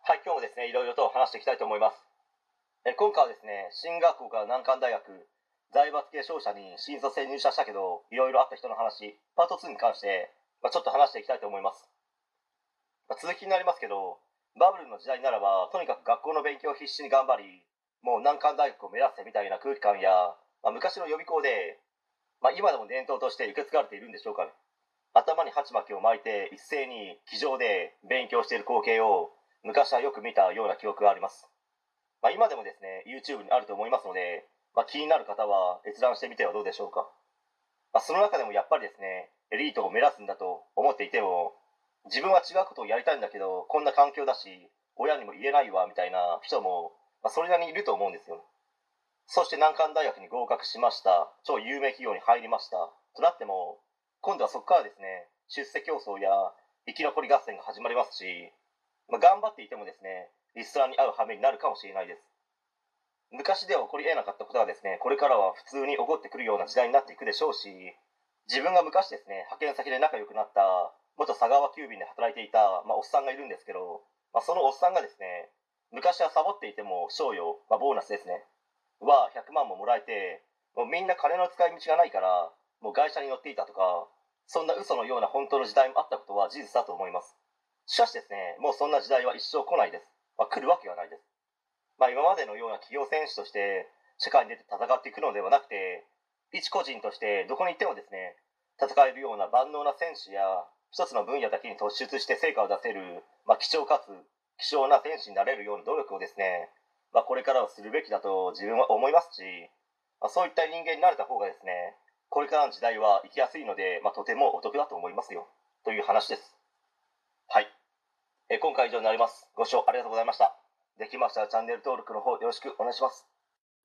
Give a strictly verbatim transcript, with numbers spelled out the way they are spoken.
はい、今日もですね、いろいろと話していきたいと思います。え今回はですね、進学校から難関大学、財閥系商社に新卒で入社したけど、いろいろあった人の話、パートツーに関して、まあ、ちょっと話していきたいと思います。まあ、続きになりますけど、バブルの時代ならば、とにかく学校の勉強を必死に頑張り、もう難関大学を目指せみたいな空気感や、まあ、昔の予備校で、まあ、今でも伝統として受け継がれているんでしょうかね。頭に鉢巻きを巻いて一斉に机上で勉強している光景を昔はよく見たような記憶があります。まあ、今でもですね YouTube にあると思いますので、まあ、気になる方は閲覧してみてはどうでしょうか。まあ、その中でもやっぱりですねエリートを目指すんだと思っていても、自分は違うことをやりたいんだけどこんな環境だし親にも言えないわみたいな人も、まあ、それなりにいると思うんですよ。そして難関大学に合格しました、超有名企業に入りましたとなっても、今度はそこからですね出世競争や生き残り合戦が始まりますし、まあ、頑張っていてもですねリストラに合う羽目になるかもしれないです。昔では起こり得なかったことがですねこれからは普通に起こってくるような時代になっていくでしょうし、自分が昔ですね派遣先で仲良くなった元佐川急便で働いていた、まあ、おっさんがいるんですけど、まあ、そのおっさんがですね昔はサボっていても賞与、まあ、ボーナスですねはひゃくまんももらえて、もうみんな金の使い道がないからもう会社に乗っていたとか、そんな嘘のような本当の時代もあったことは事実だと思います。しかしですねもうそんな時代は一生来ないです。まあ、来るわけがないです。まあ、今までのような企業選手として社会に出て戦っていくのではなくて、一個人としてどこに行ってもですね戦えるような万能な選手や一つの分野だけに突出して成果を出せる、まあ、貴重かつ希少な選手になれるような努力をですね、まあ、これからはするべきだと自分は思いますし、まあ、そういった人間になれた方がですねこれからの時代は生きやすいので、まあ、とてもお得だと思いますよという話です。はい、え今回以上になります。ご視聴ありがとうございました。できましたらチャンネル登録の方よろしくお願いします。